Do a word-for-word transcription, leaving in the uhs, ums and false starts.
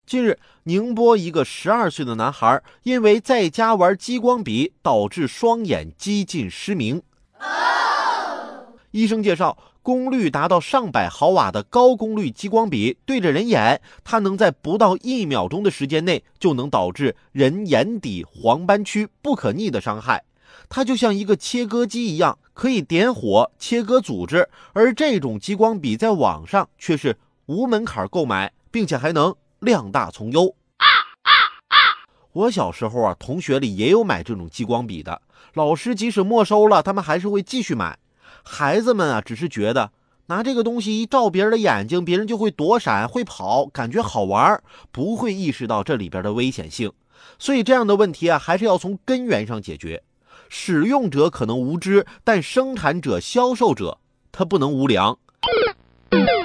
近日，宁波一个十二岁的男孩因为在家玩激光笔，导致双眼几近失明。医生介绍，功率达到上百毫瓦的高功率激光笔对着人眼，它能在不到一秒钟的时间内就能导致人眼底黄斑区不可逆的伤害。它就像一个切割机一样，可以点火切割组织，而这种激光笔在网上却是无门槛购买，并且还能量大从优。我小时候啊，同学里也有买这种激光笔的，老师即使没收了，他们还是会继续买。孩子们啊，只是觉得拿这个东西一照别人的眼睛，别人就会躲闪会跑，感觉好玩，不会意识到这里边的危险性。所以这样的问题啊，还是要从根源上解决。使用者可能无知，但生产者销售者他不能无良。